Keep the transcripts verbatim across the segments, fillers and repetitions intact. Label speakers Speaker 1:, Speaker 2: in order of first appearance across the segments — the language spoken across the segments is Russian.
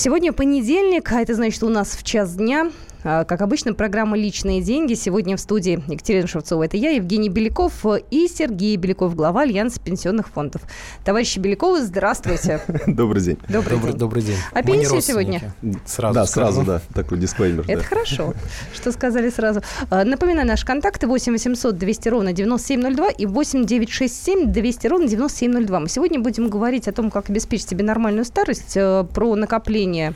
Speaker 1: Сегодня понедельник, а это значит, что у нас в час дня, как обычно, программа «Личные деньги». Сегодня в студии Екатерина Шевцова. Это я, Евгений Беляков и Сергей Беляков, глава Альянса пенсионных фондов. Товарищи Беляковы, здравствуйте.
Speaker 2: Добрый день.
Speaker 1: Добрый,
Speaker 3: добрый,
Speaker 1: день.
Speaker 3: добрый день.
Speaker 1: А пенсия сегодня?
Speaker 3: Сразу
Speaker 2: да,
Speaker 3: скажу.
Speaker 2: сразу, да. Такой дисклеймер.
Speaker 1: Это
Speaker 2: да.
Speaker 1: хорошо, что сказали сразу. Напоминаю, наши контакты восемь восемьсот двести ровно девяносто семь ноль два и восемь девятьсот шестьдесят семь двести ровно девяносто семь ноль два. Мы сегодня будем говорить о том, как обеспечить себе нормальную старость, про накопление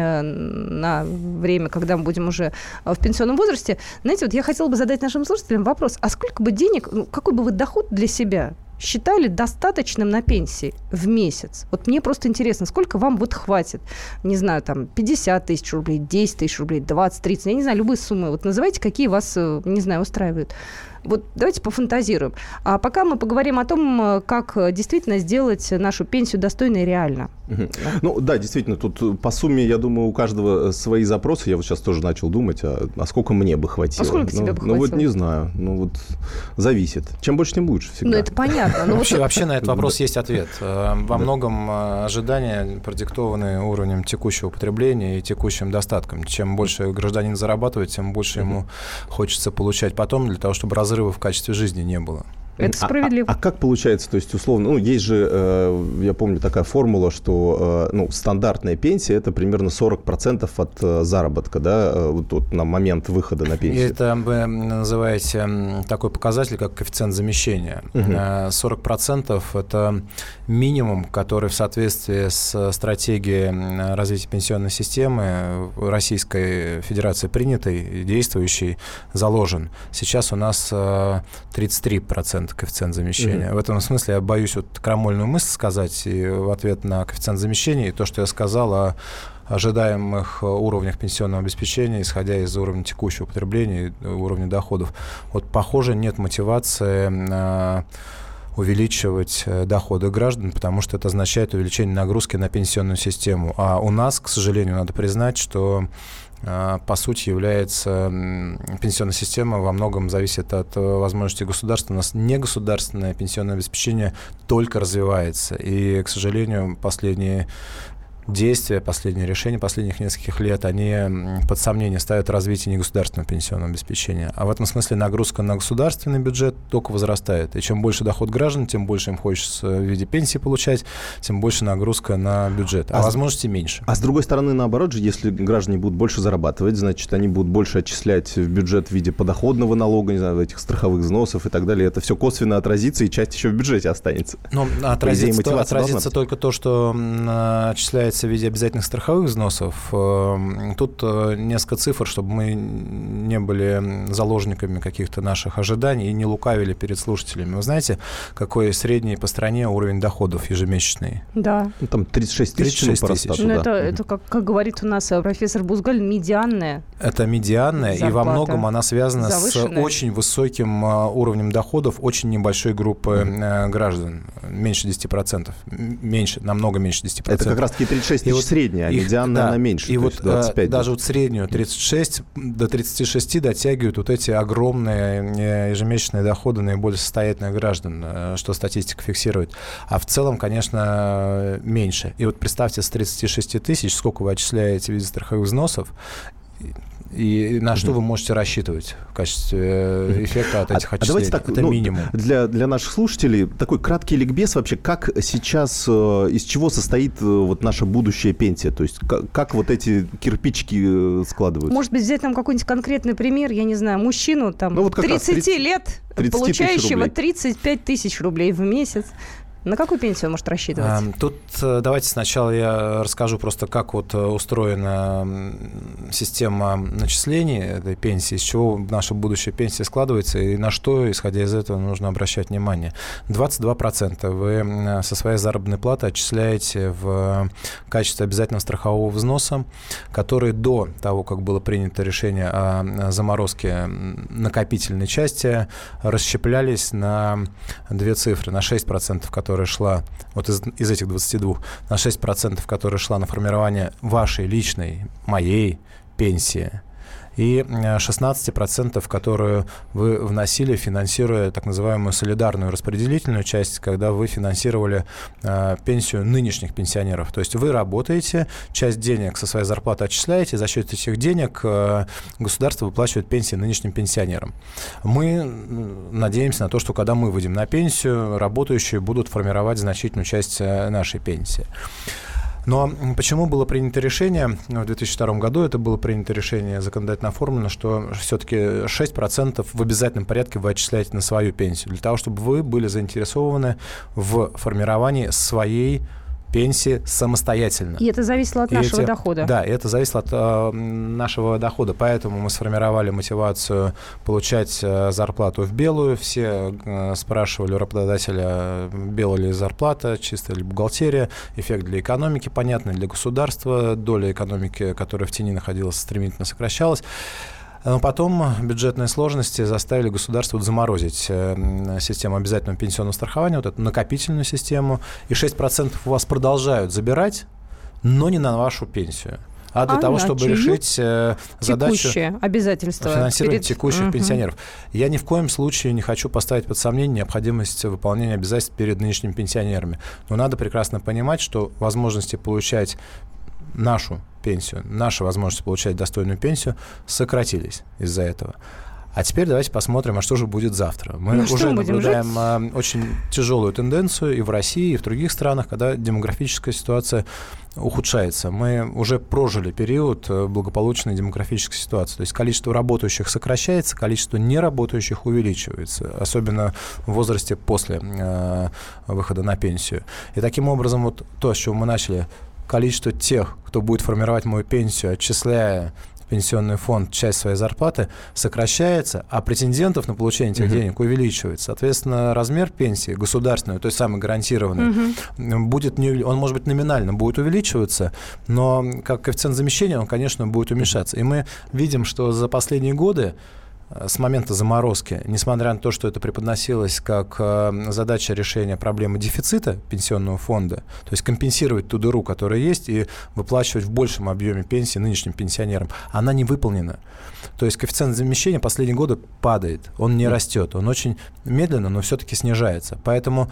Speaker 1: на время, когда мы будем уже в пенсионном возрасте. Знаете, вот я хотела бы задать нашим слушателям вопрос, а сколько бы денег, ну, какой бы вы доход для себя считали достаточным на пенсии в месяц? Вот мне просто интересно, сколько вам вот хватит? Не знаю, там, пятьдесят тысяч рублей, десять тысяч рублей, двадцать, тридцать, я не знаю, любые суммы. Вот называйте, какие вас, не знаю, устраивают. Вот давайте пофантазируем. А пока мы поговорим о том, как действительно сделать нашу пенсию достойной и реально.
Speaker 2: Угу. Ну да, действительно, тут по сумме, я думаю, у каждого свои запросы. Я вот сейчас тоже начал думать, а, а сколько мне бы хватило.
Speaker 1: А сколько
Speaker 2: ну,
Speaker 1: тебе бы хватило?
Speaker 2: Ну вот не знаю, ну вот зависит. Чем больше, тем лучше всегда.
Speaker 1: Ну это понятно. Но
Speaker 3: вообще, вообще на этот вопрос есть ответ. Во многом ожидания продиктованы уровнем текущего потребления и текущим достатком. Чем больше гражданин зарабатывает, тем больше ему хочется получать потом, для того, чтобы разрыва в качестве жизни не было.
Speaker 1: Это справедливо.
Speaker 2: А, а, а как получается, то есть, условно, ну, есть же, э, я помню, такая формула, что, э, ну, стандартная пенсия – это примерно сорок процентов от э, заработка, да, э, вот, вот на момент выхода на пенсию.
Speaker 3: И это вы называете такой показатель, как коэффициент замещения. Угу. сорок процентов – это минимум, который в соответствии с стратегией развития пенсионной системы Российской Федерации принятой и действующей заложен. Сейчас у нас тридцать три процента коэффициент замещения. Uh-huh. В этом смысле я боюсь вот крамольную мысль сказать и в ответ на коэффициент замещения, и то, что я сказал о ожидаемых уровнях пенсионного обеспечения, исходя из уровня текущего потребления и уровня доходов. Вот, похоже, нет мотивации на увеличивать доходы граждан, потому что это означает увеличение нагрузки на пенсионную систему. А у нас, к сожалению, надо признать, что по сути является пенсионная система во многом зависит от возможности государства. У нас негосударственное пенсионное обеспечение только развивается. И, к сожалению, последние действия, последние решения последних нескольких лет, они под сомнение ставят развитие негосударственного пенсионного обеспечения. А в этом смысле нагрузка на государственный бюджет только возрастает. И чем больше доход граждан, тем больше им хочется в виде пенсии получать, тем больше нагрузка на бюджет. А, а возможностей меньше.
Speaker 2: А с другой стороны, наоборот же, если граждане будут больше зарабатывать, значит, они будут больше отчислять в бюджет в виде подоходного налога, не знаю, этих страховых взносов и так далее. Это все косвенно отразится, и часть еще в бюджете останется.
Speaker 3: Но отразится, то, отразится только то, что отчисляется в виде обязательных страховых взносов. Тут несколько цифр, чтобы мы не были заложниками каких-то наших ожиданий и не лукавили перед слушателями. Вы знаете, какой средний по стране уровень доходов ежемесячный?
Speaker 1: Да.
Speaker 2: Ну, там тридцать шесть тысяч.
Speaker 3: тридцать шесть тысяч.
Speaker 1: Ну,
Speaker 2: да.
Speaker 1: это, это как, как говорит у нас профессор Бузгаль, медианная.
Speaker 3: Это медианная, зарплата. И во многом она связана
Speaker 1: Завышенная.
Speaker 3: с очень высоким уровнем доходов очень небольшой группы mm-hmm. граждан. Меньше десяти процентов. Меньше, намного меньше десяти процентов.
Speaker 2: Это как раз-таки тридцать шесть тысяч средняя, а медианная
Speaker 3: да,
Speaker 2: она меньше.
Speaker 3: И вот
Speaker 2: двадцать пять,
Speaker 3: даже
Speaker 2: да.
Speaker 3: вот среднюю тридцать шесть до тридцати шести дотягивают вот эти огромные ежемесячные доходы наиболее состоятельных граждан, что статистика фиксирует. А в целом, конечно, меньше. И вот представьте, с тридцати шести тысяч, сколько вы отчисляете в виде страховых взносов, и на что uh-huh. вы можете рассчитывать в качестве эффекта от этих
Speaker 2: а,
Speaker 3: отчислений?
Speaker 2: А так,
Speaker 3: это
Speaker 2: ну,
Speaker 3: минимум.
Speaker 2: Для, для наших слушателей такой краткий ликбез вообще, как сейчас, из чего состоит вот наша будущая пенсия? То есть как, как вот эти кирпичики складываются?
Speaker 1: Может быть, взять нам какой-нибудь конкретный пример, я не знаю, мужчину там, ну, вот тридцать лет, получающего тридцать пять тысяч рублей в месяц. На какую пенсию он может рассчитывать?
Speaker 3: Тут давайте сначала я расскажу просто, как вот устроена система начислений этой пенсии, из чего наша будущая пенсия складывается и на что, исходя из этого, нужно обращать внимание. двадцать два процента вы со своей заработной платы отчисляете в качестве обязательного страхового взноса, который до того, как было принято решение о заморозке накопительной части, расщеплялись на две цифры, на шесть процентов, которые которая шла, вот из, из этих двадцати двух, на шесть процентов, которая шла на формирование вашей личной, моей пенсии, и шестнадцать процентов, которые вы вносили, финансируя так называемую солидарную распределительную часть, когда вы финансировали э, пенсию нынешних пенсионеров. То есть вы работаете, часть денег со своей зарплаты отчисляете, за счет этих денег э, государство выплачивает пенсии нынешним пенсионерам. Мы надеемся на то, что когда мы выйдем на пенсию, работающие будут формировать значительную часть нашей пенсии. Но почему было принято решение, в две тысячи втором году это было принято решение законодательно оформлено, что все-таки шесть процентов в обязательном порядке вы отчисляете на свою пенсию, для того, чтобы вы были заинтересованы в формировании своей пенсии самостоятельно.
Speaker 1: И это зависело от и нашего
Speaker 3: эти,
Speaker 1: дохода.
Speaker 3: Да, это зависело от э, нашего дохода. Поэтому мы сформировали мотивацию получать э, зарплату в белую. Все э, спрашивали у работодателя, белая ли зарплата, чистая ли бухгалтерия. Эффект для экономики понятный, для государства. Доля экономики, которая в тени находилась, стремительно сокращалась. Но потом бюджетные сложности заставили государство заморозить систему обязательного пенсионного страхования, вот эту накопительную систему, и шесть процентов у вас продолжают забирать, но не на вашу пенсию, а для а того, чтобы решить задачу
Speaker 1: обязательства
Speaker 3: финансирования
Speaker 1: перед...
Speaker 3: текущих
Speaker 1: угу.
Speaker 3: пенсионеров. Я ни в коем случае не хочу поставить под сомнение необходимость выполнения обязательств перед нынешними пенсионерами. Но надо прекрасно понимать, что возможности получать нашу пенсию, наши возможности получать достойную пенсию сократились из-за этого. А теперь давайте посмотрим, а что же будет завтра. Мы
Speaker 1: ну,
Speaker 3: уже наблюдаем
Speaker 1: жить?
Speaker 3: очень тяжелую тенденцию и в России, и в других странах, когда демографическая ситуация ухудшается. Мы уже прожили период благополучной демографической ситуации. То есть количество работающих сокращается, количество неработающих увеличивается, особенно в возрасте после э, выхода на пенсию. И таким образом, вот то, с чего мы начали, количество тех, кто будет формировать мою пенсию, отчисляя в пенсионный фонд часть своей зарплаты, сокращается, а претендентов на получение этих uh-huh. денег увеличивается. Соответственно, размер пенсии государственной, той самой гарантированной, uh-huh. будет не, он, может быть, номинально будет увеличиваться, но как коэффициент замещения он, конечно, будет уменьшаться. И мы видим, что за последние годы с момента заморозки, несмотря на то, что это преподносилось как задача решения проблемы дефицита пенсионного фонда, то есть компенсировать ту дыру, которая есть, и выплачивать в большем объеме пенсии нынешним пенсионерам, она не выполнена. То есть коэффициент замещения последние годы падает, он не растет, он очень медленно, но все-таки снижается. Поэтому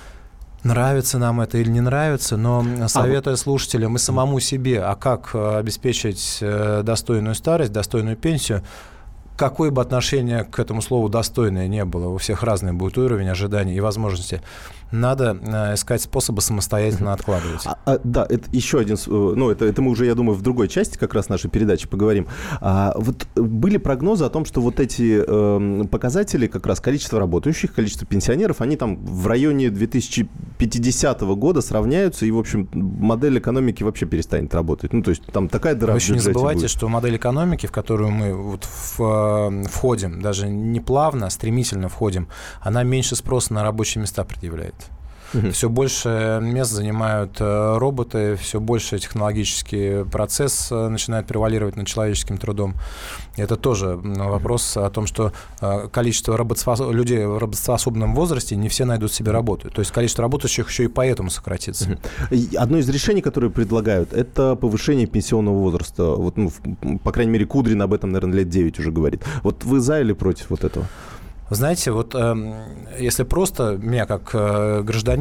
Speaker 3: нравится нам это или не нравится, но советуя слушателям и самому себе, а как обеспечить достойную старость, достойную пенсию, какое бы отношение к этому слову «достойное» не было, у всех разный будет уровень ожиданий и возможности, надо э, искать способы самостоятельно откладывать.
Speaker 2: А, а, да, это еще один, ну, это, это мы уже, я думаю, в другой части как раз нашей передачи поговорим. А, вот были прогнозы о том, что вот эти э, показатели, как раз количество работающих, количество пенсионеров, они там в районе две тысячи пятидесятого года сравняются, и, в общем, модель экономики вообще перестанет работать. Ну, то есть там такая дыра в бюджете будет.
Speaker 3: Вы еще не забывайте, что модель экономики, в которую мы вот в, входим, даже не плавно, а стремительно входим, она меньше спроса на рабочие места предъявляет. Uh-huh. Все больше мест занимают роботы, все больше технологический процесс начинает превалировать над человеческим трудом. И это тоже вопрос о том, что количество работоспос... людей в работоспособном возрасте не все найдут себе работу. То есть количество работающих еще и поэтому сократится.
Speaker 2: Uh-huh. Одно из решений, которые предлагают, это повышение пенсионного возраста. Вот, ну, по крайней мере, Кудрин об этом, наверное, лет девять уже говорит. Вот вы за или против вот этого?
Speaker 3: Знаете, вот э, если просто меня как э,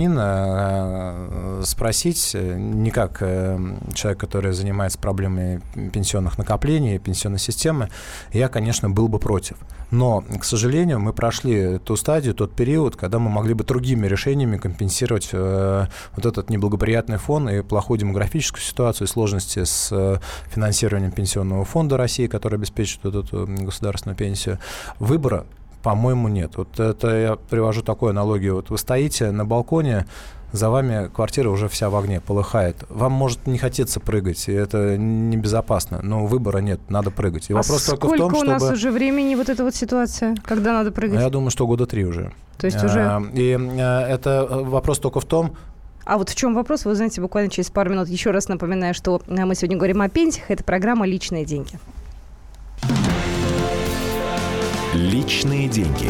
Speaker 3: гражданина э, спросить, не как э, человек, который занимается проблемой пенсионных накоплений, пенсионной системы, я, конечно, был бы против. Но, к сожалению, мы прошли ту стадию, тот период, когда мы могли бы другими решениями компенсировать э, вот этот неблагоприятный фон и плохую демографическую ситуацию, и сложности с э, финансированием Пенсионного фонда России, который обеспечивает вот эту государственную пенсию. Выбора, по-моему, нет. Вот это я привожу такую аналогию. Вот вы стоите на балконе, за вами квартира уже вся в огне, полыхает. Вам может не хотеться прыгать, и это небезопасно, но выбора нет, надо прыгать. И
Speaker 1: а
Speaker 3: вопрос только в том,
Speaker 1: сколько у нас
Speaker 3: чтобы...
Speaker 1: уже времени вот эта вот ситуация, когда надо прыгать?
Speaker 3: Я думаю, что года три уже.
Speaker 1: То есть уже...
Speaker 3: И это вопрос только в том...
Speaker 1: А вот в чем вопрос, вы знаете, буквально через пару минут. Еще раз напоминаю, что мы сегодня говорим о пенсиях. Это программа «Личные деньги».
Speaker 4: Личные деньги.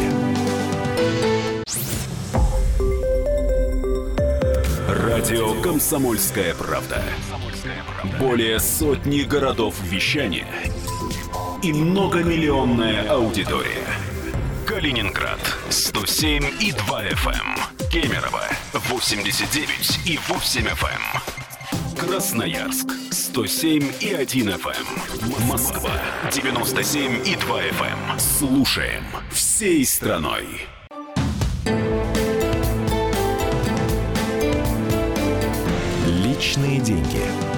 Speaker 4: Радио «Комсомольская правда». Более сотни городов вещания и многомиллионная аудитория. Калининград сто семь и два эф эм, Кемерово восемьдесят девять и восемь эф эм, Красноярск сто семь и один эф эм, Москва девяносто семь и два эф эм. Слушаем всей страной. Личные деньги.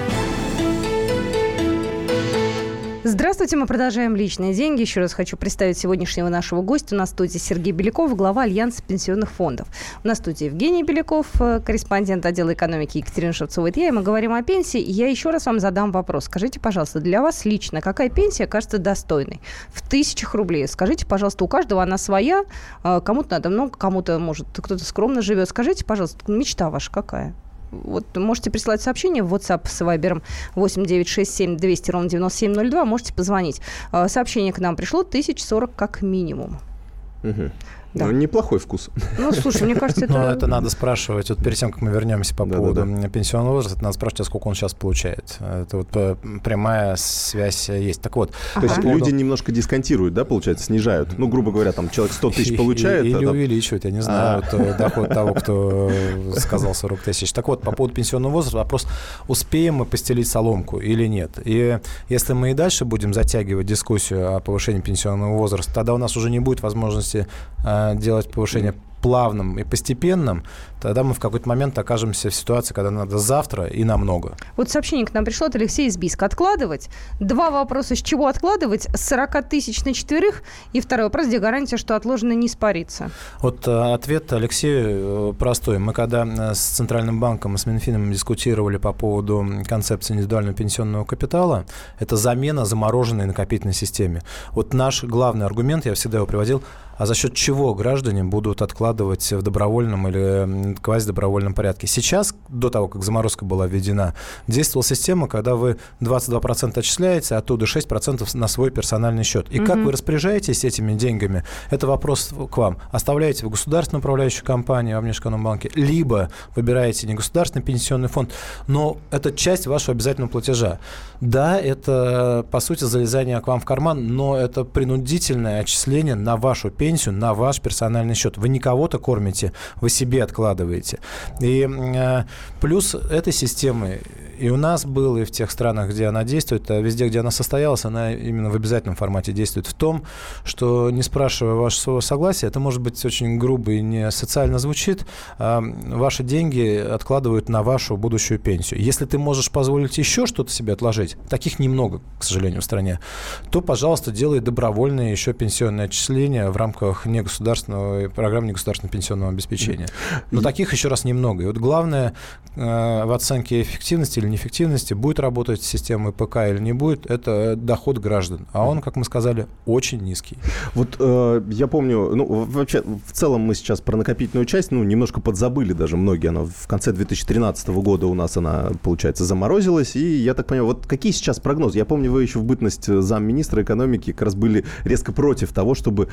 Speaker 1: Здравствуйте, мы продолжаем «Личные деньги». Еще раз хочу представить сегодняшнего нашего гостя. У нас в студии Сергей Беляков, глава Альянса пенсионных фондов. У нас в студии Евгений Беляков, корреспондент отдела экономики Екатерина Шевцова. Это я, и мы говорим о пенсии. И я еще раз вам задам вопрос. Скажите, пожалуйста, для вас лично какая пенсия кажется достойной? В тысячах рублей. Скажите, пожалуйста, у каждого она своя. Кому-то надо много, кому-то, может, кто-то скромно живет. Скажите, пожалуйста, мечта ваша какая? Вот можете прислать сообщение в WhatsApp с Вайбером восемь девять шесть семь двести ровно девяносто семь ноль два. Можете позвонить. Сообщение к нам пришло тысяча сорок как минимум.
Speaker 2: Угу.
Speaker 1: Да.
Speaker 2: Ну, неплохой вкус.
Speaker 1: Ну, слушай, мне кажется, это...
Speaker 3: Ну, это надо спрашивать. Вот перед тем, как мы вернемся по
Speaker 2: да,
Speaker 3: поводу
Speaker 2: да, да.
Speaker 3: пенсионного возраста, надо спрашивать, а сколько он сейчас получает. Это вот прямая связь есть. Так вот.
Speaker 2: То есть
Speaker 3: поводу...
Speaker 2: люди немножко дисконтируют, да, получается, снижают? Ну, грубо говоря, там человек сто тысяч получает.
Speaker 3: Или
Speaker 2: а
Speaker 3: увеличивают, я не знаю, вот, доход того, кто сказал сорок тысяч. Так вот, по поводу пенсионного возраста вопрос, успеем мы постелить соломку или нет. И если мы и дальше будем затягивать дискуссию о повышении пенсионного возраста, тогда у нас уже не будет возможности делать повышение плавным и постепенным, тогда мы в какой-то момент окажемся в ситуации, когда надо завтра и намного.
Speaker 1: Вот сообщение к нам пришло от Алексея из Бийска. Откладывать? Два вопроса. С чего откладывать? С сорок тысяч на четверых? И второй вопрос, где гарантия, что отложенное не испарится?
Speaker 3: Вот ответ Алексею простой. Мы когда с Центральным банком и с Минфином дискутировали по поводу концепции индивидуального пенсионного капитала, это замена замороженной накопительной системе. Вот наш главный аргумент, я всегда его приводил, а за счет чего граждане будут откладывать в добровольном или квазидобровольном порядке? Сейчас, до того, как заморозка была введена, действовала система, когда вы двадцать два процента отчисляете, оттуда шесть процентов на свой персональный счет. И угу. как вы распоряжаетесь этими деньгами, это вопрос к вам. Оставляете в государственную управляющую компанию, в Внешэкономбанке, либо выбираете негосударственный пенсионный фонд, но это часть вашего обязательного платежа. Да, это, по сути, залезание к вам в карман, но это принудительное отчисление на вашу пенсию, пенсию на ваш персональный счет. Вы не кого-то кормите, вы себе откладываете. И э, плюс этой системы и у нас было, и в тех странах, где она действует, а везде, где она состоялась, она именно в обязательном формате действует в том, что, не спрашивая вашего согласия, это может быть очень грубо и не социально звучит, а ваши деньги откладывают на вашу будущую пенсию. Если ты можешь позволить еще что-то себе отложить, таких немного, к сожалению, в стране, то, пожалуйста, делай добровольные еще пенсионные отчисления в рамках негосударственного, программы негосударственного пенсионного обеспечения. Но таких еще раз немного. И вот главное э, в оценке эффективности или неэффективности, будет работать система ИПК или не будет, это доход граждан. А он, как мы сказали, очень низкий.
Speaker 2: Вот э, я помню, ну, вообще, в целом мы сейчас про накопительную часть, ну, немножко подзабыли даже многие. Она в конце две тысячи тринадцатого года у нас она, получается, заморозилась. И я так понимаю, вот какие сейчас прогнозы? Я помню, вы еще в бытность замминистра экономики как раз были резко против того, чтобы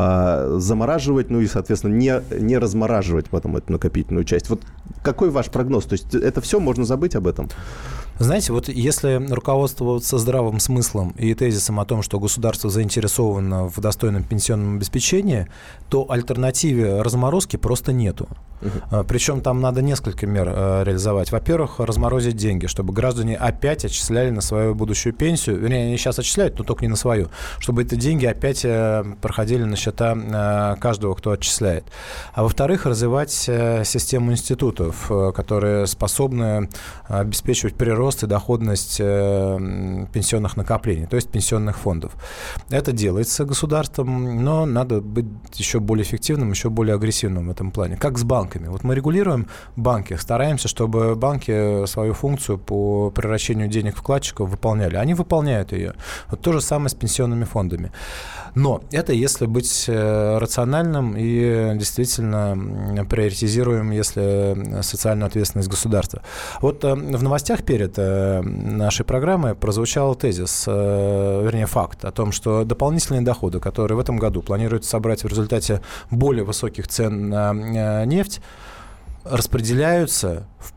Speaker 2: э, замораживать, ну и, соответственно, не, не размораживать потом эту накопительную часть. Вот какой ваш прогноз? То есть это все, можно забыть об этом?
Speaker 3: Знаете, вот если руководствоваться здравым смыслом и тезисом о том, что государство заинтересовано в достойном пенсионном обеспечении, то альтернативе разморозки просто нету. Uh-huh. Причем там надо несколько мер реализовать. Во-первых, разморозить деньги, чтобы граждане опять отчисляли на свою будущую пенсию. Вернее, они сейчас отчисляют, но только не на свою. Чтобы эти деньги опять проходили на счета каждого, кто отчисляет. А во-вторых, развивать систему институтов, которые способны обеспечивать прирост и доходность пенсионных накоплений, то есть пенсионных фондов. Это делается государством, но надо быть еще более эффективным, еще более агрессивным в этом плане. Как с банками. Вот мы регулируем банки, стараемся, чтобы банки свою функцию по превращению денег вкладчиков выполняли. Они выполняют ее. Вот то же самое с пенсионными фондами. Но это если быть рациональным и действительно приоритизируем, если социальную ответственность государства. Вот в новостях перед нашей программой прозвучал тезис, вернее факт о том, что дополнительные доходы, которые в этом году планируется собрать в результате более высоких цен на нефть, распределяются в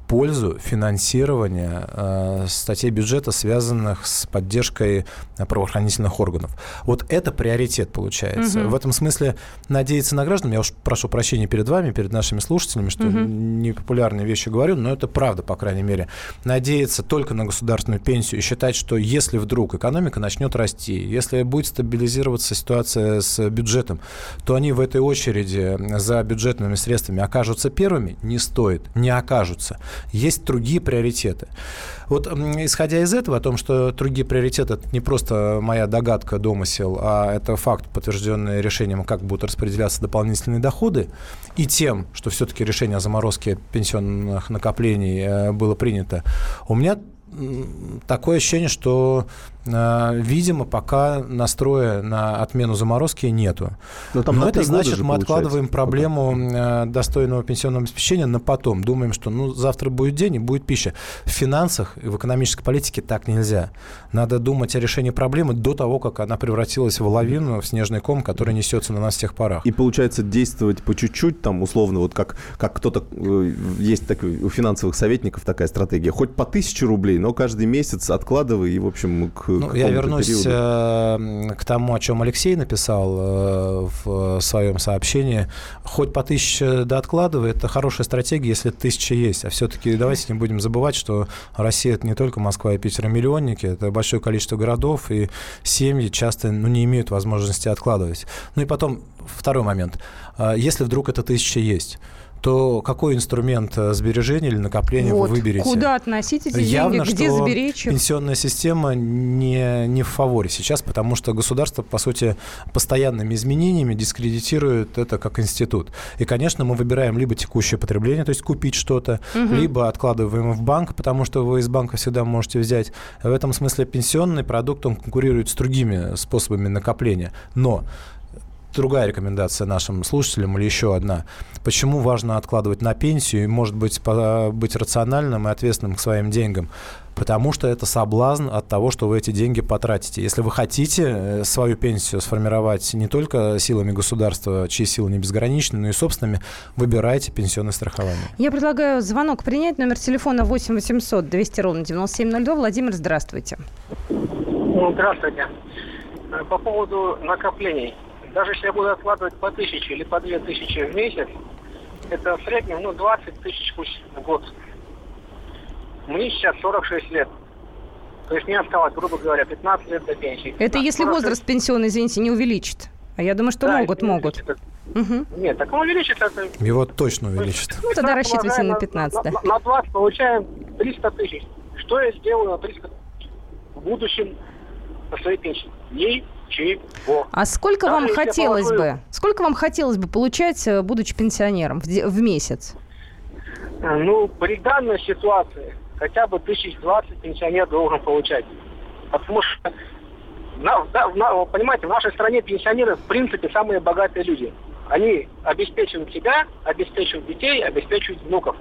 Speaker 3: пользу финансирования э, статей бюджета, связанных с поддержкой правоохранительных органов. Вот это приоритет получается. Угу. В этом смысле надеяться на граждан, я уж прошу прощения перед вами, перед нашими слушателями, что угу. непопулярные вещи говорю, но это правда, по крайней мере. Надеяться только на государственную пенсию и считать, что если вдруг экономика начнет расти, если будет стабилизироваться ситуация с бюджетом, то они в этой очереди за бюджетными средствами окажутся первыми, не стоит, не окажутся. Есть другие приоритеты. Вот исходя из этого, о том, что другие приоритеты – это не просто моя догадка, домысел, а это факт, подтвержденный решением, как будут распределяться дополнительные доходы, и тем, что все-таки решение о заморозке пенсионных накоплений было принято, у меня такое ощущение, что, видимо, пока настроя на отмену заморозки нету. Но, там Но это значит, мы откладываем проблему пока. достойного пенсионного обеспечения на потом. Думаем, что ну, завтра будет день и будет пища. В финансах и в экономической политике так нельзя. Надо думать о решении проблемы до того, как она превратилась в лавину, в снежный ком, который несется на нас с тех порах.
Speaker 2: И получается действовать по чуть-чуть, там, условно, вот как, как кто-то, есть такой, у финансовых советников такая стратегия, хоть по тысяче рублей, но каждый месяц откладывай и, в общем, к
Speaker 3: ну, я вернусь периоду. К тому, о чем Алексей написал в своем сообщении. Хоть по тысяче да откладывай, это хорошая стратегия, если тысяча есть. А все-таки давайте не будем забывать, что Россия – это не только Москва и Питер, а миллионники. Это большое количество городов, и семьи часто ну, не имеют возможности откладывать. Ну и потом второй момент. Если вдруг эта тысяча есть, то какой инструмент сбережения или накопления вот. вы выберете?
Speaker 1: Куда относить эти
Speaker 3: Явно,
Speaker 1: деньги, где сберечь их?
Speaker 3: Пенсионная система не, не в фаворе сейчас, потому что государство, по сути, постоянными изменениями дискредитирует это как институт. И, конечно, мы выбираем либо текущее потребление, то есть купить что-то, угу. либо откладываем в банк, потому что вы из банка всегда можете взять. В этом смысле пенсионный продукт, он конкурирует с другими способами накопления. Но другая рекомендация нашим слушателям или еще одна. Почему важно откладывать на пенсию и, может быть, быть рациональным и ответственным к своим деньгам? Потому что это соблазн от того, что вы эти деньги потратите. Если вы хотите свою пенсию сформировать не только силами государства, чьи силы не безграничны, но и собственными, выбирайте пенсионное страхование.
Speaker 1: Я предлагаю звонок принять. Номер телефона восемь восемьсот двести ровно девяносто семь ноль два. Владимир, здравствуйте.
Speaker 5: Здравствуйте. По поводу накоплений. Даже если я буду откладывать по тысяче или по две тысячи в месяц, это в среднем ну, двадцать тысяч в год. Мне сейчас сорок шесть лет. То есть мне осталось, грубо говоря, пятнадцать лет до пенсии.
Speaker 1: Это если возраст пенсионный, извините, не увеличит. А я думаю, что да, могут, могут.
Speaker 5: Угу. Нет, так он увеличит. Это...
Speaker 3: Его точно увеличит.
Speaker 1: Ну, тогда рассчитывайте на пятнадцать.
Speaker 5: На, на, на двадцать получаем триста тысяч. Что я сделаю на триста тысяч в будущем по своей пенсии? Ничего.
Speaker 1: А сколько
Speaker 5: Даже
Speaker 1: вам хотелось
Speaker 5: положу...
Speaker 1: бы, сколько вам хотелось бы получать, будучи пенсионером, в, в месяц?
Speaker 5: Ну, при данной ситуации хотя бы тысяч двадцать пенсионер должен получать. Потому что, на, да, на, понимаете, в нашей стране пенсионеры, в принципе, самые богатые люди. Они обеспечивают себя, обеспечивают детей, обеспечивают внуков.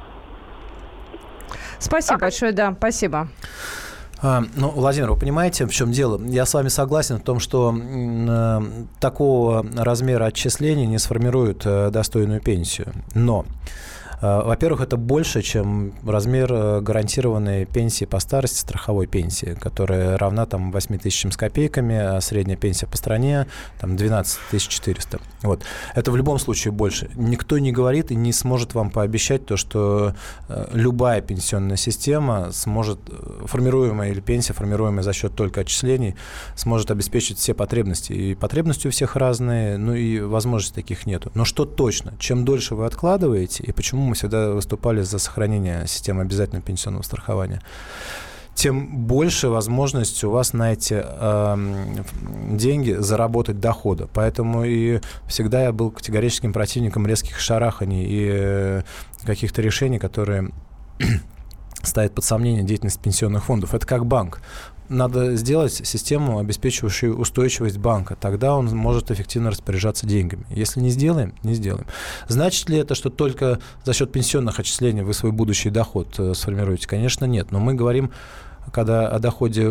Speaker 1: Спасибо так? большое, да, спасибо.
Speaker 3: А, ну, Владимир, вы понимаете, в чем дело? Я с вами согласен в том, что э, такого размера отчислений не сформирует э, достойную пенсию. Но, э, во-первых, это больше, чем размер гарантированной пенсии по старости, страховой пенсии, которая равна там восемь тысяч с копейками, а средняя пенсия по стране там двенадцать тысяч четыреста. Вот. Это в любом случае больше. Никто не говорит и не сможет вам пообещать то, что э, любая пенсионная система сможет, формируемая или пенсия, формируемая за счет только отчислений, сможет обеспечить все потребности. И потребности у всех разные, ну и возможностей таких нету. Но что точно? Чем дольше вы откладываете, и почему мы всегда выступали за сохранение системы обязательного пенсионного страхования, тем больше возможность у вас на эти э, деньги заработать дохода. Поэтому и всегда я был категорическим противником резких шараханий и э, каких-то решений, которые ставят под сомнение деятельность пенсионных фондов. Это как банк. Надо сделать систему, обеспечивающую устойчивость банка. Тогда он может эффективно распоряжаться деньгами. Если не сделаем, не сделаем. Значит ли это, что только за счет пенсионных отчислений вы свой будущий доход сформируете? Конечно, нет. Но мы говорим, когда о доходе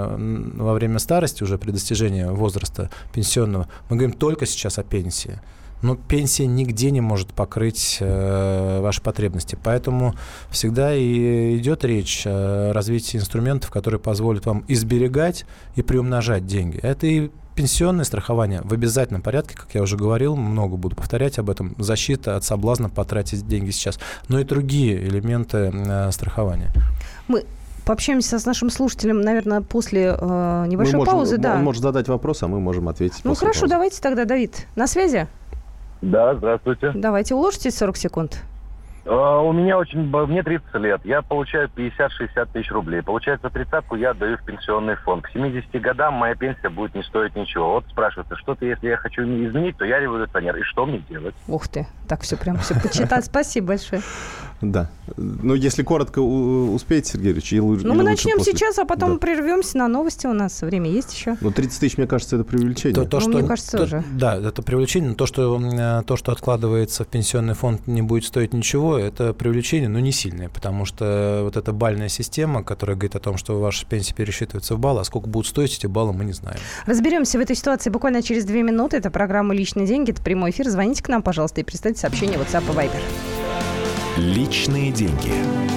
Speaker 3: во время старости, уже при достижении возраста пенсионного, мы говорим только сейчас о пенсии. но пенсия нигде не может покрыть э, ваши потребности. Поэтому всегда и идет речь о развитии инструментов, которые позволят вам и сберегать, и приумножать деньги. Это и пенсионное страхование в обязательном порядке, как я уже говорил, много буду повторять об этом, защита от соблазна потратить деньги сейчас, но и другие элементы э, страхования.
Speaker 1: Мы пообщаемся с нашим слушателем, наверное, после э, небольшой
Speaker 2: мы можем,
Speaker 1: паузы. Да.
Speaker 2: Он может задать вопрос, а мы можем ответить.
Speaker 1: Ну хорошо,
Speaker 2: паузы.
Speaker 1: давайте тогда, Давид. На связи?
Speaker 6: Да, здравствуйте.
Speaker 1: Давайте, уложитесь сорок секунд.
Speaker 6: Uh, у меня очень... Мне тридцать лет. Я получаю пятьдесят-шестьдесят тысяч рублей. Получается, тридцатку я отдаю в пенсионный фонд. К семидесяти годам моя пенсия будет не стоить ничего. Вот спрашивается, что-то, если я хочу изменить, то я революционер. И что мне делать?
Speaker 1: Ух ты. Так, все прям все почитать. Спасибо большое.
Speaker 2: Да. Ну, если коротко успеете, Сергей Ильич, или,
Speaker 1: ну,
Speaker 2: или
Speaker 1: мы начнем
Speaker 2: после...
Speaker 1: сейчас, а потом
Speaker 2: да.
Speaker 1: прервемся на новости. У нас время есть еще.
Speaker 2: Ну, тридцать тысяч, мне кажется, это преувеличение.
Speaker 3: То, то,
Speaker 1: ну,
Speaker 3: что,
Speaker 1: мне кажется,
Speaker 3: то,
Speaker 1: тоже.
Speaker 3: Да, это преувеличение. Но то что, то, что откладывается в пенсионный фонд, не будет стоить ничего, это преувеличение, но не сильное. Потому что вот эта бальная система, которая говорит о том, что ваша пенсия пересчитывается в баллы, а сколько будут стоить эти баллы, мы не знаем.
Speaker 1: Разберемся в этой ситуации буквально через две минуты. Это программа «Личные деньги». Это прямой эфир. Звоните к нам, пожалуйста, и присылайте сообщение в WhatsApp и Viber.
Speaker 4: Личные деньги.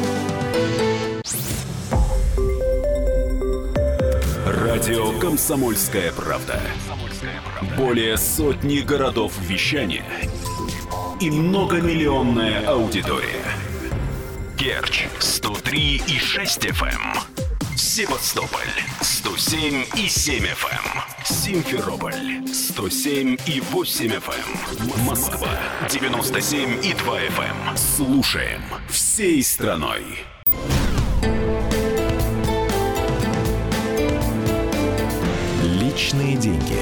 Speaker 4: Радио «Комсомольская правда». Более сотни городов вещания и многомиллионная аудитория. Керчь сто три и шесть эф эм, Севастополь сто семь и семь эф эм, Симферополь сто семь и восемь эф эм, Москва девяносто семь и два эф эм. Слушаем всей страной. Личные деньги.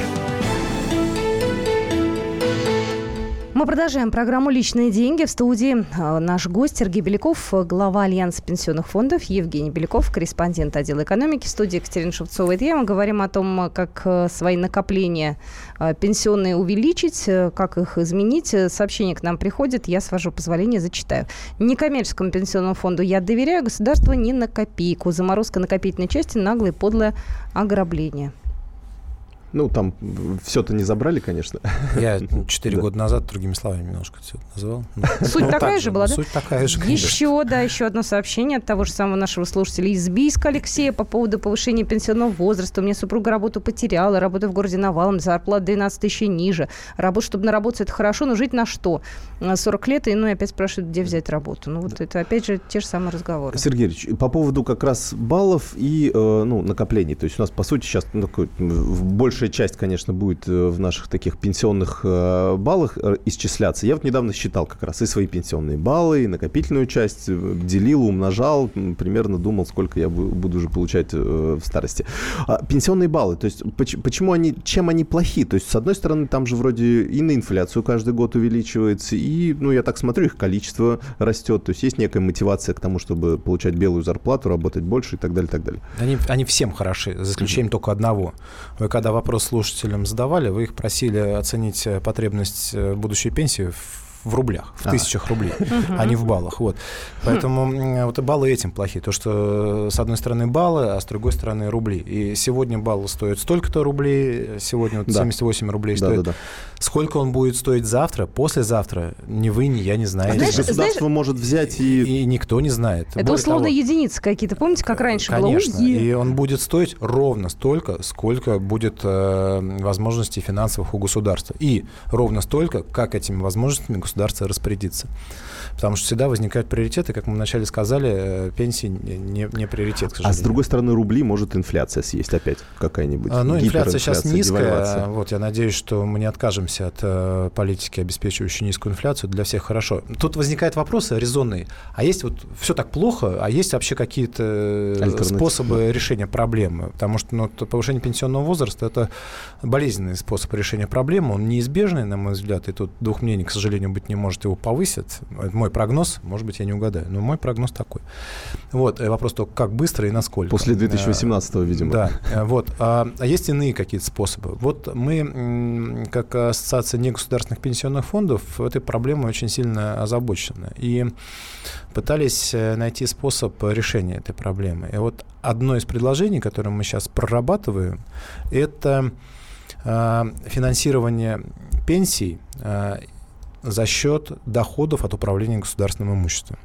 Speaker 1: Мы продолжаем программу «Личные деньги». В студии наш гость Сергей Беляков, глава Альянса пенсионных фондов, Евгений Беляков, корреспондент отдела экономики. В студии Екатерина Шевцова. И я. Мы говорим о том, как свои накопления пенсионные увеличить, как их изменить. Сообщение к нам приходит, я, с вашего позволения, зачитаю. Некоммерческому пенсионному фонду я доверяю, государство ни на копейку. Заморозка накопительной части, наглое подлое ограбление.
Speaker 2: Ну, там все-то не забрали, конечно.
Speaker 3: Я четыре года назад другими словами немножко все назвал.
Speaker 1: Суть
Speaker 3: ну,
Speaker 1: такая
Speaker 3: так
Speaker 1: же была, да?
Speaker 3: Суть такая же, конечно.
Speaker 1: Еще, да, еще одно сообщение от того же самого нашего слушателя из Бийска Алексея по поводу повышения пенсионного возраста. У меня супруга работу потеряла, работаю в городе Навалом, зарплата двенадцать тысяч ниже. Работа, чтобы наработаться, это хорошо, но жить на что? сорок лет, и ну и опять спрашивают, где взять работу. Ну, вот да. Это опять же те же самые разговоры.
Speaker 2: Сергей Ильич, по поводу как раз баллов и э, ну, накоплений. То есть у нас, по сути, сейчас ну, такой, большая часть, конечно, будет в наших таких пенсионных э, баллах исчисляться. Я вот недавно считал как раз и свои пенсионные баллы, и накопительную часть, делил, умножал, примерно думал, сколько я буду уже получать э, в старости. А пенсионные баллы, то есть почему они, чем они плохи? То есть, с одной стороны, там же вроде и на инфляцию каждый год увеличивается, и, ну, я так смотрю, их количество растет, то есть есть некая мотивация к тому, чтобы получать белую зарплату, работать больше и так далее, и так далее.
Speaker 3: Они, они всем хороши, за исключением mm-hmm. только одного. Вы когда вопрос слушателям задавали, вы их просили оценить потребность будущей пенсии в в рублях, в а. тысячах рублей, uh-huh. а не в баллах. Вот. Поэтому вот и баллы этим плохи. То, что с одной стороны баллы, а с другой стороны рубли. И сегодня баллы стоят столько-то рублей, сегодня вот да. семьдесят восемь рублей да, стоит. Да, да. Сколько он будет стоить завтра, послезавтра, ни вы, ни я не знаем.
Speaker 2: А знаешь, государство знаешь, может взять и...
Speaker 3: И никто не знает.
Speaker 1: Это Более условно того, единицы какие-то. Помните, как раньше
Speaker 3: конечно,
Speaker 1: было?
Speaker 3: Конечно. И он будет стоить ровно столько, сколько будет э, возможностей финансовых у государства. И ровно столько, как этими возможностями государство распорядится. Потому что всегда возникают приоритеты, как мы вначале сказали, пенсии не, не приоритет, к сожалению.
Speaker 2: А с другой стороны, рубли может инфляция съесть опять какая-нибудь.
Speaker 3: А, ну, инфляция сейчас низкая. Вот, я надеюсь, что мы не откажемся от э, политики, обеспечивающей низкую инфляцию. Для всех хорошо. Тут возникают вопросы резонные. А есть вот все так плохо, а есть вообще какие-то способы решения проблемы? Потому что ну, повышение пенсионного возраста – это болезненный способ решения проблемы. Он неизбежный, на мой взгляд, и тут двух мнений, к сожалению, быть не может, его повысят. Это мой прогноз, может быть, я не угадаю, но мой прогноз такой. Вот, вопрос только, как быстро и насколько.
Speaker 2: После две тысячи восемнадцатого, видимо.
Speaker 3: Да, вот. А, а есть иные какие-то способы. Вот мы, как Ассоциация негосударственных пенсионных фондов, этой проблемой очень сильно озабочены. И пытались найти способ решения этой проблемы. И вот одно из предложений, которое мы сейчас прорабатываем, это финансирование пенсий за счет доходов от управления государственным имуществом.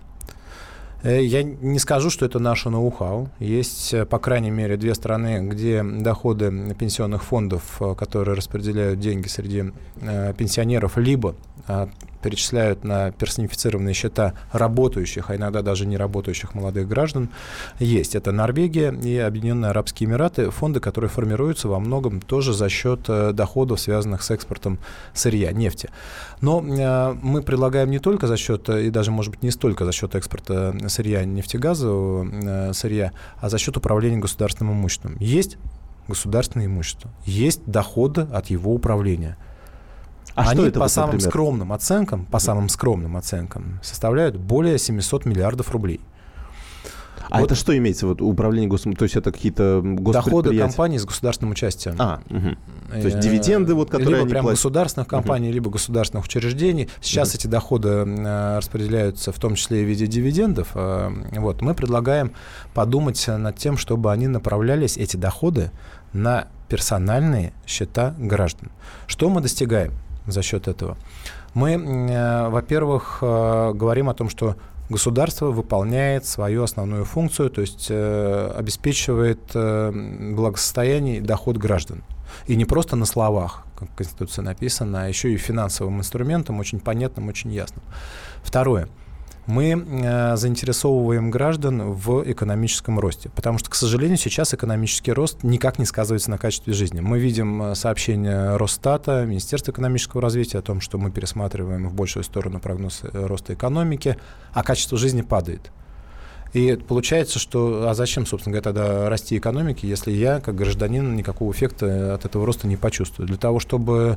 Speaker 3: Я не скажу, что это наше ноу-хау. Есть, по крайней мере, две страны, где доходы пенсионных фондов, которые распределяют деньги среди пенсионеров, либо перечисляют на персонифицированные счета работающих, а иногда даже не работающих молодых граждан, есть. Это Норвегия и Объединенные Арабские Эмираты, фонды, которые формируются во многом тоже за счет доходов, связанных с экспортом сырья, нефти. Но мы предлагаем не только за счет, и даже, может быть, не столько за счет экспорта сырья, нефтегазового сырья, а за счет управления государственным имуществом. Есть государственное имущество, есть доходы от его управления. А Они что это, по вот, самым например? скромным оценкам, по самым скромным оценкам, составляют более семьсот миллиардов рублей.
Speaker 2: А вот это что имеется? Вот управление государством, то есть это какие-то госпредприятия?
Speaker 3: Доходы компаний с государственным участием.
Speaker 2: А, угу. То есть дивиденды, вот, которые
Speaker 3: либо
Speaker 2: они
Speaker 3: прямо
Speaker 2: платят.
Speaker 3: Государственных компаний, угу. либо государственных учреждений. Сейчас угу. эти доходы э, распределяются в том числе и в виде дивидендов. Э, вот. Мы предлагаем подумать над тем, чтобы они направлялись, эти доходы, на персональные счета граждан. Что мы достигаем за счет этого? Мы, э, во-первых, э, говорим о том, что государство выполняет свою основную функцию, то есть э, обеспечивает э, благосостояние и доход граждан. И не просто на словах, как в Конституции написано, а еще и финансовым инструментом, очень понятным, очень ясным. Второе. Мы э, заинтересовываем граждан в экономическом росте, потому что, к сожалению, сейчас экономический рост никак не сказывается на качестве жизни. Мы видим сообщение Росстата, Министерства экономического развития о том, что мы пересматриваем в большую сторону прогноз роста экономики, а качество жизни падает. И получается, что, а зачем, собственно говоря, тогда расти экономике, если я, как гражданин, никакого эффекта от этого роста не почувствую? Для того, чтобы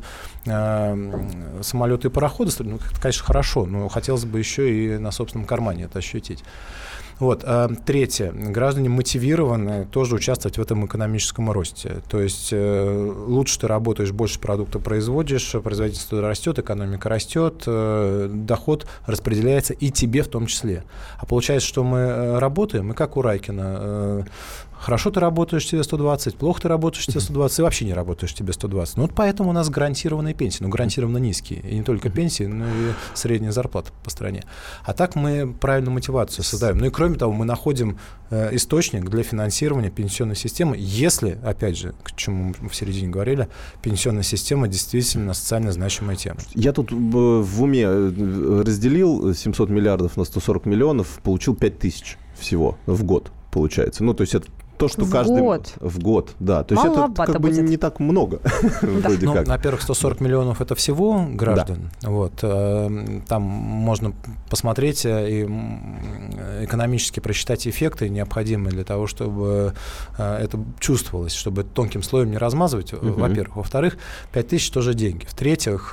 Speaker 3: э, самолеты и пароходы, ну, это, конечно, хорошо, но хотелось бы еще и на собственном кармане это ощутить. Вот. А третье. Граждане мотивированы тоже участвовать в этом экономическом росте. То есть э, лучше ты работаешь, больше продукта производишь, производительство растет, экономика растет, э, доход распределяется и тебе в том числе. А получается, что мы работаем, и как у Райкина, э, хорошо ты работаешь, тебе сто двадцать, плохо ты работаешь, тебе сто двадцать, и вообще не работаешь, тебе сто двадцать. Ну вот поэтому у нас гарантированные пенсии, ну гарантированно низкие. И не только пенсии, но и средняя зарплата по стране. А так мы правильную мотивацию создаем. Ну и кроме того, мы находим э, источник для финансирования пенсионной системы, если, опять же, к чему мы в середине говорили, пенсионная система действительно социально значимая тема.
Speaker 2: Я тут в уме разделил семьсот миллиардов на сто сорок миллионов, получил пять тысяч всего в год, получается. Ну, то есть это то, что
Speaker 1: в
Speaker 2: каждый...
Speaker 1: год.
Speaker 2: В год, да. То есть
Speaker 1: маловато
Speaker 2: это как бы
Speaker 1: будет.
Speaker 2: не так много.
Speaker 1: Да.
Speaker 3: Ну, во-первых, сто сорок миллионов – это всего граждан. Да. Вот. Там можно посмотреть и экономически просчитать эффекты, необходимые для того, чтобы это чувствовалось, чтобы тонким слоем не размазывать, угу. во-первых. Во-вторых, пять тысяч тоже деньги. В-третьих,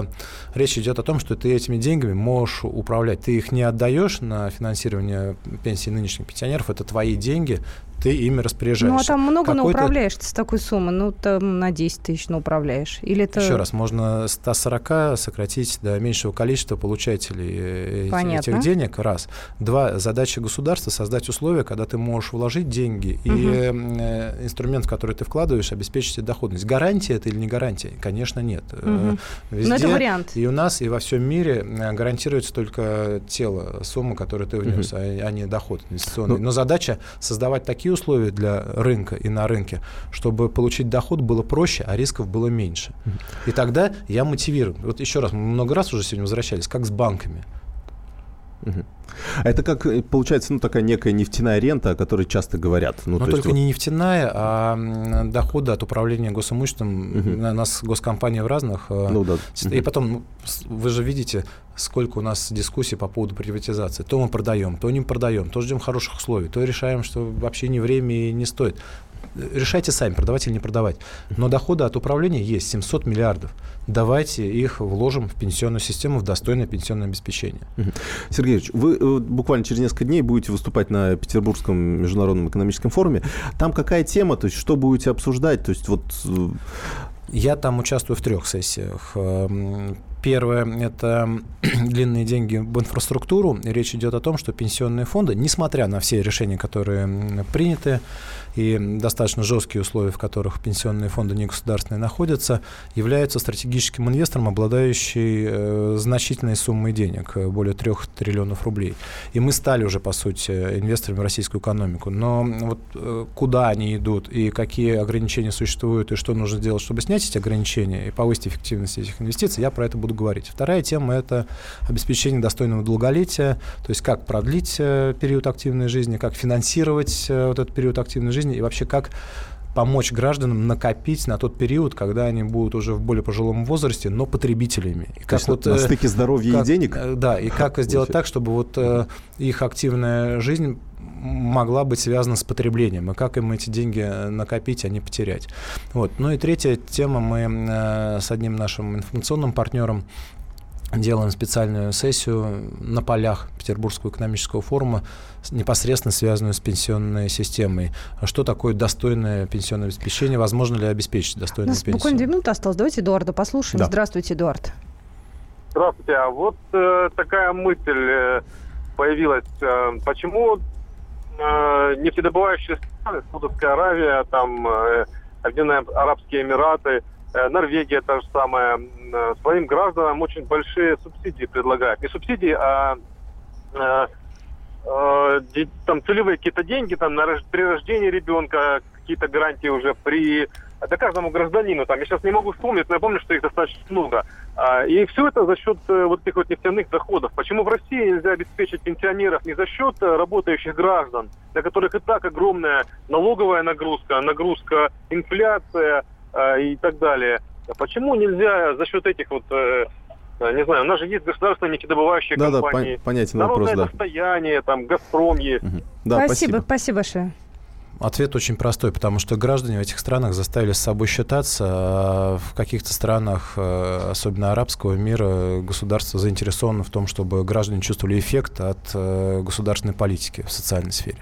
Speaker 3: речь идет о том, что ты этими деньгами можешь управлять. Ты их не отдаешь на финансирование пенсии нынешних пенсионеров, это твои деньги, ты ими распоряжаешься.
Speaker 1: Ну, а там много
Speaker 3: Какой-то...
Speaker 1: управляешь с такой суммы? Ну, там на десять тысяч управляешь. Или это...
Speaker 3: Еще раз, можно сто сорок сократить до меньшего количества получателей Понятно. этих денег. Раз. Два. Задача государства — создать условия, когда ты можешь вложить деньги, угу. и э, инструмент, в который ты вкладываешь, обеспечить тебе доходность. Гарантия это или не гарантия? Конечно, нет.
Speaker 1: Угу.
Speaker 3: Везде,
Speaker 1: но это вариант.
Speaker 3: И у нас, и во всем мире гарантируется только тело, сумма, которую ты внес, угу. а, а не доход инвестиционный. Но, но задача создавать такие условия для рынка и на рынке, чтобы получить доход было проще, а рисков было меньше. И тогда я мотивирую. Вот еще раз, мы много раз уже сегодня возвращались, как с банками.
Speaker 2: Угу. Это как, получается, ну, такая некая нефтяная рента, о которой часто говорят. Ну,
Speaker 3: Но
Speaker 2: то
Speaker 3: только
Speaker 2: есть,
Speaker 3: не нефтяная, а доходы от управления госимуществом. Угу. У нас госкомпании в разных.
Speaker 2: Ну, да.
Speaker 3: И угу. потом, вы же видите, сколько у нас дискуссий по поводу приватизации. То мы продаем, то не продаем, то ждем хороших условий, то решаем, что вообще не время и не стоит. Решайте сами, продавать или не продавать. Но доходы от управления есть, семьсот миллиардов. Давайте их вложим в пенсионную систему, в достойное пенсионное обеспечение.
Speaker 2: Сергей Ильич, вы буквально через несколько дней будете выступать на Петербургском международном экономическом форуме. Там какая тема, то есть что будете обсуждать? То есть вот...
Speaker 3: Я там участвую в трех сессиях. Первое – это длинные деньги в инфраструктуру. И речь идет о том, что пенсионные фонды, несмотря на все решения, которые приняты, и достаточно жесткие условия, в которых пенсионные фонды негосударственные находятся, являются стратегическим инвестором, обладающий э, значительной суммой денег, более трех триллионов рублей. И мы стали уже, по сути, инвесторами в российскую экономику. Но вот э, куда они идут, и какие ограничения существуют, и что нужно сделать, чтобы снять эти ограничения и повысить эффективность этих инвестиций, я про это буду говорить. Вторая тема – это обеспечение достойного долголетия, то есть как продлить э, период активной жизни, как финансировать э, вот этот период активной жизни, и вообще как помочь гражданам накопить на тот период, когда они будут уже в более пожилом возрасте, но потребителями. И как вот,
Speaker 2: на стыке здоровья
Speaker 3: как,
Speaker 2: и денег?
Speaker 3: Да, и как сделать так, чтобы вот э, их активная жизнь могла быть связана с потреблением, и как им эти деньги накопить, а не потерять. Вот. Ну и третья тема. Мы э, с одним нашим информационным партнером делаем специальную сессию на полях Петербургского экономического форума, непосредственно связанную с пенсионной системой. Что такое достойное пенсионное обеспечение? Возможно ли обеспечить достойную пенсию? У нас
Speaker 1: буквально две минуты осталось. Давайте Эдуарда послушаем. Да. Здравствуйте, Эдуард.
Speaker 7: Здравствуйте. А вот э, такая мысль э, появилась. Э, почему э, нефтедобывающие страны, Саудовская Аравия, там, э, Объединенные Арабские Эмираты, Норвегия та же самая, своим гражданам очень большие субсидии предлагает. Не субсидии, а э, э, там целевые какие-то деньги там, на, при рождении ребенка, какие-то гарантии уже при... Да каждому гражданину. Там, я сейчас не могу вспомнить, но я помню, что их достаточно много. А, и все это за счет э, вот этих вот нефтяных доходов. Почему в России нельзя обеспечить пенсионеров не за счет э, работающих граждан, на которых и так огромная налоговая нагрузка, нагрузка инфляция, и так далее. Почему нельзя за счет этих вот, э, не знаю, у нас же есть государственные нефтедобывающие
Speaker 2: да,
Speaker 7: компании,
Speaker 2: да, понятен
Speaker 7: народное
Speaker 2: вопрос,
Speaker 7: достояние, там, Газпром есть.
Speaker 2: Угу. Да,
Speaker 1: спасибо,
Speaker 2: спасибо,
Speaker 1: спасибо большое.
Speaker 3: Ответ очень простой, потому что граждане в этих странах заставили с собой считаться. А в каких-то странах, особенно арабского мира, государство заинтересовано в том, чтобы граждане чувствовали эффект от государственной политики в социальной сфере.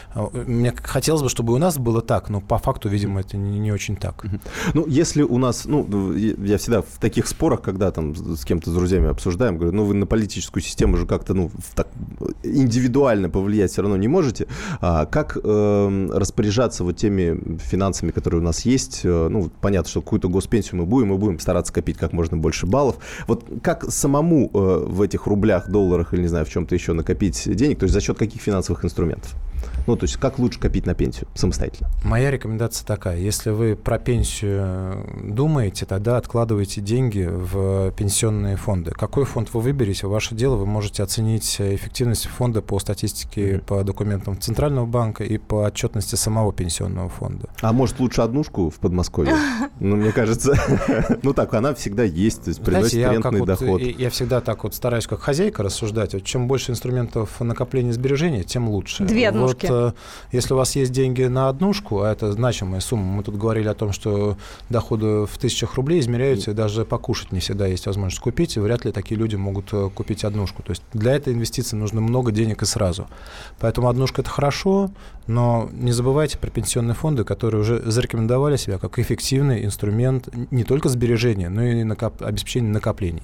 Speaker 3: Мне хотелось бы, чтобы у нас было так, но по факту, видимо, это не, не очень так.
Speaker 2: Ну, если у нас, ну, я всегда в таких спорах, когда там с кем-то, с друзьями обсуждаем, говорю, ну, вы на политическую систему же как-то, ну, так, индивидуально повлиять все равно не можете. А как э, распоряжаться вот теми финансами, которые у нас есть? Ну, понятно, что какую-то госпенсию мы будем, мы будем стараться копить как можно больше баллов. Вот как самому э, в этих рублях, долларах или, не знаю, в чем-то еще накопить денег, то есть за счет каких финансовых инструментов? Ну, то есть как лучше копить на пенсию самостоятельно?
Speaker 3: Моя рекомендация такая. Если вы про пенсию думаете, тогда откладывайте деньги в пенсионные фонды. Какой фонд вы выберете, ваше дело. Вы можете оценить эффективность фонда по статистике, mm-hmm. по документам Центрального банка и по отчетности самого пенсионного фонда.
Speaker 2: А может, лучше однушку в Подмосковье? Ну, мне кажется, ну так, она всегда есть, то есть приносит рентный доход.
Speaker 3: Я всегда так вот стараюсь как хозяйка рассуждать. Чем больше инструментов накопления сбережения, тем лучше.
Speaker 1: Две однушки.
Speaker 3: Вот, если у вас есть деньги на однушку, а это значимая сумма, мы тут говорили о том, что доходы в тысячах рублей измеряются, и даже покушать не всегда есть возможность купить, и вряд ли такие люди могут купить однушку. То есть для этой инвестиции нужно много денег и сразу. Поэтому однушка – это хорошо, но не забывайте про пенсионные фонды, которые уже зарекомендовали себя как эффективный инструмент не только сбережения, но и накоп... обеспечения накоплений.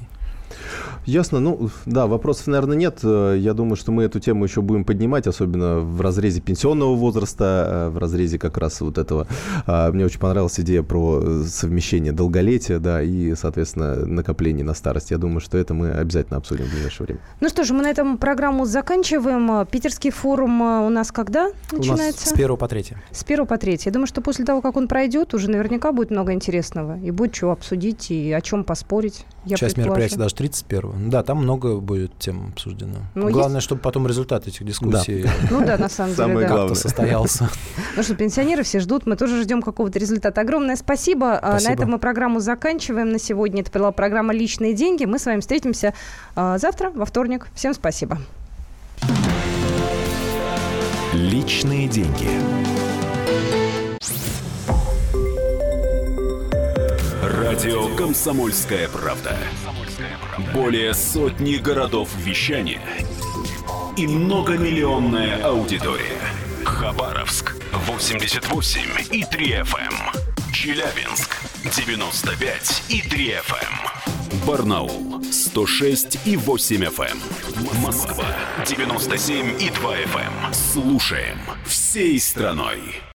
Speaker 2: Ясно. Ну, да, вопросов, наверное, нет. Я думаю, что мы эту тему еще будем поднимать, особенно в разрезе пенсионного возраста, в разрезе как раз вот этого. Мне очень понравилась идея про совмещение долголетия, да, и, соответственно, накопление на старость. Я думаю, что это мы обязательно обсудим в ближайшее время.
Speaker 1: Ну что же, мы на этом программу заканчиваем. Питерский форум у нас когда начинается?
Speaker 3: У нас с первого по третье.
Speaker 1: С первого по третье. Я думаю, что после того, как он пройдет, уже наверняка будет много интересного. И будет что обсудить, и о чем поспорить. Я
Speaker 3: Часть мероприятия даже тридцать первого. Да, там много будет тем обсуждено. Ну, главное, есть... чтобы потом результат этих дискуссий
Speaker 1: да. ну, да, на самом деле,
Speaker 3: да. как-то состоялся.
Speaker 1: Ну что, пенсионеры все ждут, мы тоже ждем какого-то результата. Огромное спасибо. спасибо. На этом мы программу заканчиваем на сегодня. Это была программа «Личные деньги». Мы с вами встретимся завтра, во вторник. Всем спасибо.
Speaker 4: Личные деньги. Радио «Комсомольская правда». Более сотни городов вещания и многомиллионная аудитория. Хабаровск восемьдесят восемь и три эф эм. Челябинск девяносто пять и три эф эм. Барнаул сто шесть и восемь эф эм. Москва девяносто семь и два эф эм. Слушаем всей страной.